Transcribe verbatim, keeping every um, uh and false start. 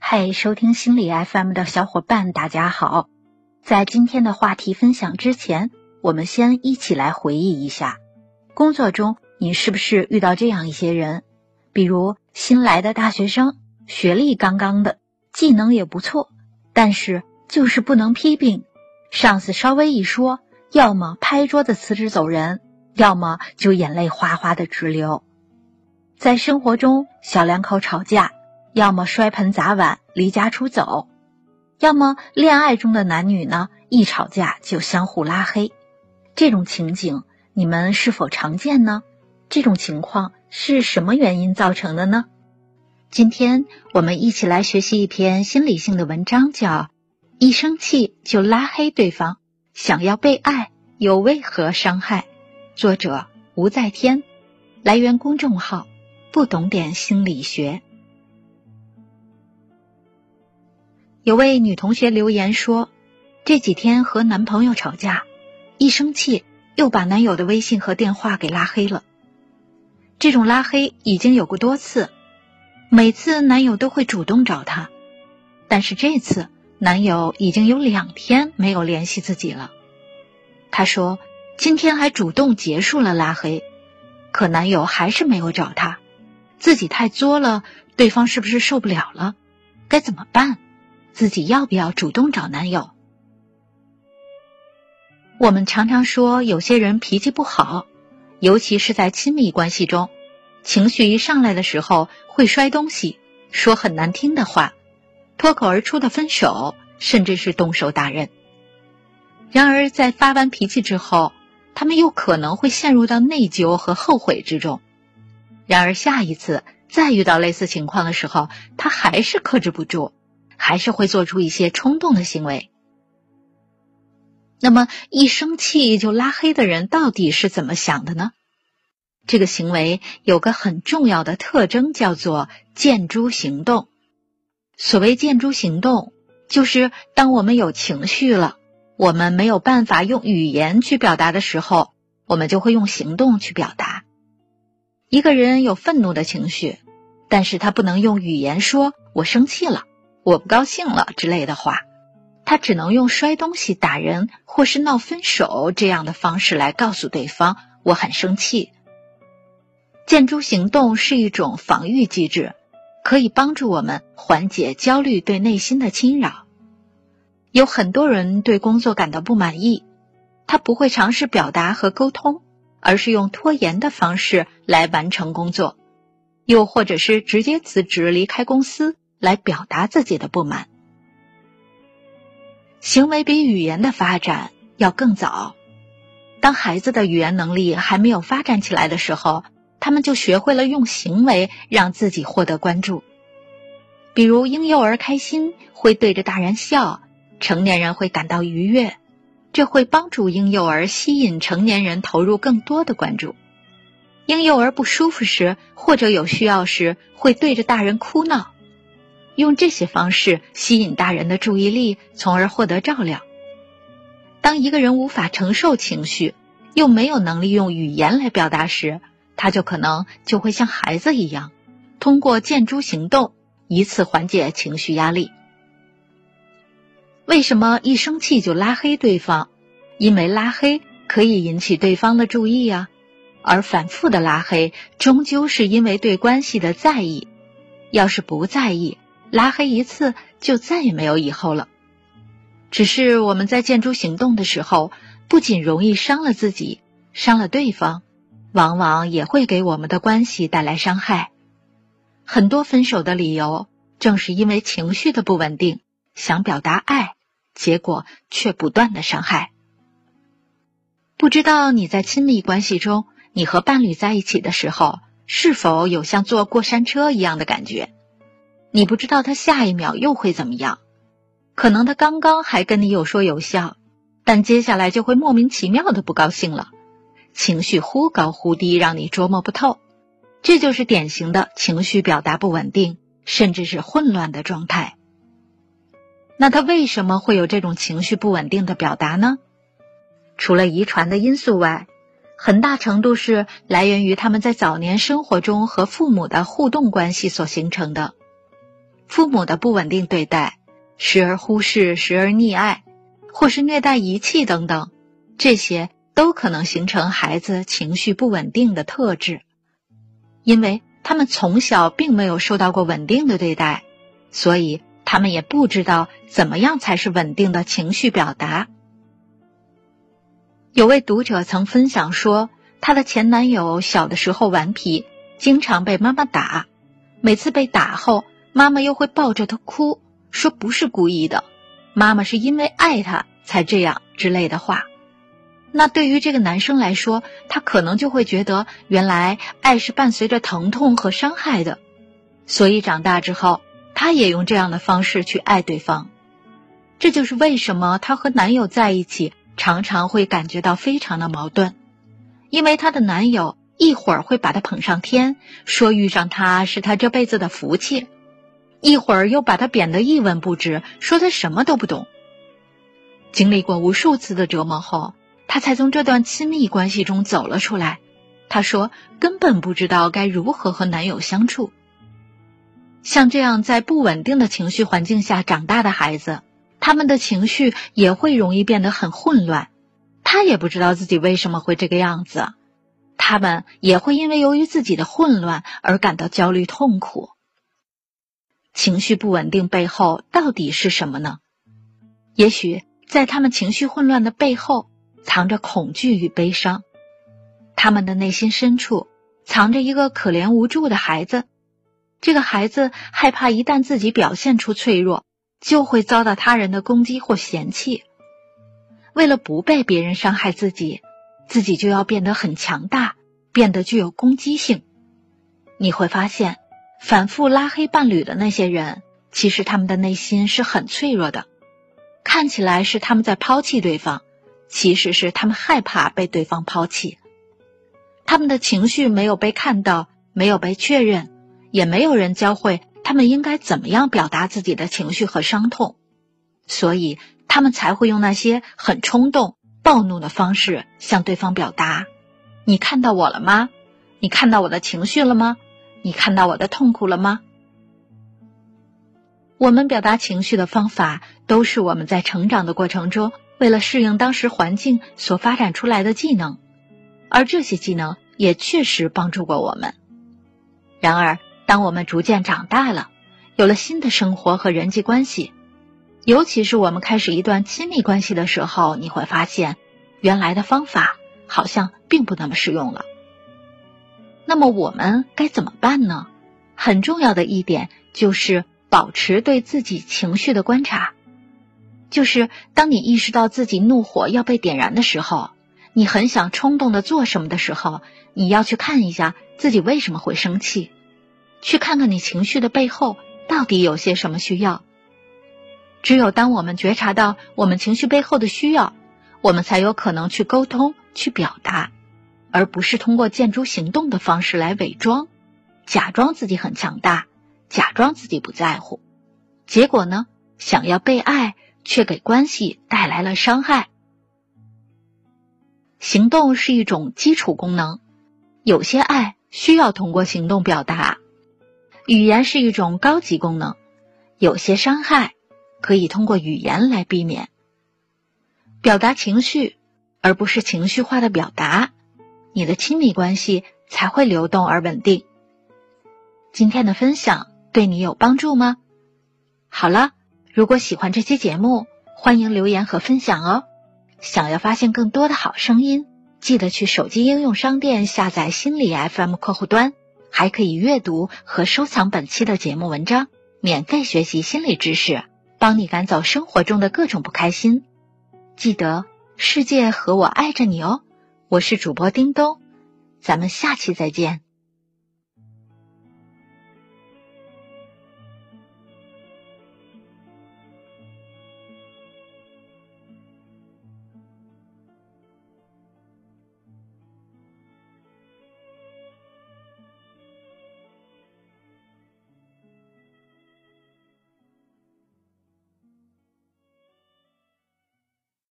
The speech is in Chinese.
嗨，收听心理 F M 的小伙伴，大家好。在今天的话题分享之前，我们先一起来回忆一下，工作中你是不是遇到这样一些人，比如新来的大学生，学历刚刚的，技能也不错，但是就是不能批评，上司稍微一说，要么拍桌子辞职走人，要么就眼泪哗哗的直流。在生活中，小两口吵架，要么摔盆砸碗离家出走，要么恋爱中的男女呢，一吵架就相互拉黑。这种情景你们是否常见呢？这种情况是什么原因造成的呢？今天我们一起来学习一篇心理性的文章，叫一生气就拉黑对方，想要被爱又为何伤害？作者吴在天，来源公众号不懂点心理学。有位女同学留言说，这几天和男朋友吵架，一生气又把男友的微信和电话给拉黑了。这种拉黑已经有过多次，每次男友都会主动找她，但是这次男友已经有两天没有联系自己了。她说今天还主动结束了拉黑，可男友还是没有找她，自己太作了，对方是不是受不了了？该怎么办？自己要不要主动找男友？我们常常说有些人脾气不好，尤其是在亲密关系中，情绪一上来的时候会摔东西，说很难听的话，脱口而出的分手，甚至是动手打人。然而在发完脾气之后，他们又可能会陷入到内疚和后悔之中。然而下一次再遇到类似情况的时候，他还是克制不住，还是会做出一些冲动的行为。那么一生气就拉黑的人到底是怎么想的呢？这个行为有个很重要的特征，叫做见诸行动。所谓见诸行动，就是当我们有情绪了，我们没有办法用语言去表达的时候，我们就会用行动去表达。一个人有愤怒的情绪，但是他不能用语言说我生气了，我不高兴了之类的话，他只能用摔东西打人或是闹分手这样的方式来告诉对方我很生气。见诸行动是一种防御机制，可以帮助我们缓解焦虑对内心的侵扰。有很多人对工作感到不满意，他不会尝试表达和沟通，而是用拖延的方式来完成工作，又或者是直接辞职离开公司来表达自己的不满。行为比语言的发展要更早。当孩子的语言能力还没有发展起来的时候，他们就学会了用行为让自己获得关注。比如婴幼儿开心会对着大人笑，成年人会感到愉悦，这会帮助婴幼儿吸引成年人投入更多的关注。婴幼儿不舒服时或者有需要时，会对着大人哭闹，用这些方式吸引大人的注意力，从而获得照料。当一个人无法承受情绪，又没有能力用语言来表达时，他就可能就会像孩子一样，通过见诸行动，以此缓解情绪压力。为什么一生气就拉黑对方？因为拉黑可以引起对方的注意啊，而反复的拉黑终究是因为对关系的在意。要是不在意，拉黑一次就再也没有以后了。只是我们在见诸行动的时候，不仅容易伤了自己，伤了对方，往往也会给我们的关系带来伤害。很多分手的理由正是因为情绪的不稳定，想表达爱，结果却不断的伤害。不知道你在亲密关系中，你和伴侣在一起的时候，是否有像坐过山车一样的感觉？你不知道他下一秒又会怎么样，可能他刚刚还跟你有说有笑，但接下来就会莫名其妙的不高兴了，情绪忽高忽低，让你捉摸不透。这就是典型的情绪表达不稳定，甚至是混乱的状态。那他为什么会有这种情绪不稳定的表达呢？除了遗传的因素外，很大程度是来源于他们在早年生活中和父母的互动关系所形成的。 父母的不稳定对待，时而忽视，时而溺爱，或是虐待遗弃等等，这些都可能形成孩子情绪不稳定的特质。因为他们从小并没有受到过稳定的对待，所以他们也不知道怎么样才是稳定的情绪表达。有位读者曾分享说，她的前男友小的时候顽皮，经常被妈妈打，每次被打后，妈妈又会抱着他哭，说不是故意的，妈妈是因为爱他才这样之类的话。那对于这个男生来说，他可能就会觉得原来爱是伴随着疼痛和伤害的，所以长大之后他也用这样的方式去爱对方。这就是为什么她和男友在一起常常会感觉到非常的矛盾，因为她的男友一会儿会把她捧上天，说遇上她是她这辈子的福气，一会儿又把她贬得一文不值，说她什么都不懂。经历过无数次的折磨后，她才从这段亲密关系中走了出来。她说根本不知道该如何和男友相处。像这样在不稳定的情绪环境下长大的孩子，他们的情绪也会容易变得很混乱，他也不知道自己为什么会这个样子，他们也会因为由于自己的混乱而感到焦虑痛苦。情绪不稳定背后到底是什么呢？也许在他们情绪混乱的背后藏着恐惧与悲伤，他们的内心深处藏着一个可怜无助的孩子，这个孩子害怕一旦自己表现出脆弱，就会遭到他人的攻击或嫌弃。为了不被别人伤害自己，自己就要变得很强大，变得具有攻击性。你会发现，反复拉黑伴侣的那些人，其实他们的内心是很脆弱的。看起来是他们在抛弃对方，其实是他们害怕被对方抛弃。他们的情绪没有被看到，没有被确认，也没有人教会他们应该怎么样表达自己的情绪和伤痛，所以他们才会用那些很冲动、暴怒的方式向对方表达：你看到我了吗？你看到我的情绪了吗？你看到我的痛苦了吗？我们表达情绪的方法，都是我们在成长的过程中为了适应当时环境所发展出来的技能，而这些技能也确实帮助过我们。然而当我们逐渐长大了，有了新的生活和人际关系，尤其是我们开始一段亲密关系的时候，你会发现原来的方法好像并不那么适用了。那么我们该怎么办呢？很重要的一点就是保持对自己情绪的观察，就是当你意识到自己怒火要被点燃的时候，你很想冲动地做什么的时候，你要去看一下自己为什么会生气，去看看你情绪的背后到底有些什么需要。只有当我们觉察到我们情绪背后的需要，我们才有可能去沟通，去表达，而不是通过见诸行动的方式来伪装，假装自己很强大，假装自己不在乎。结果呢，想要被爱，却给关系带来了伤害。行动是一种基础功能，有些爱需要通过行动表达。语言是一种高级功能，有些伤害可以通过语言来避免。表达情绪，而不是情绪化的表达，你的亲密关系才会流动而稳定。今天的分享对你有帮助吗？好了，如果喜欢这期节目，欢迎留言和分享哦。想要发现更多的好声音，记得去手机应用商店下载心理 F M 客户端，还可以阅读和收藏本期的节目文章，免费学习心理知识，帮你赶走生活中的各种不开心。记得世界和我爱着你哦，我是主播叮咚，咱们下期再见。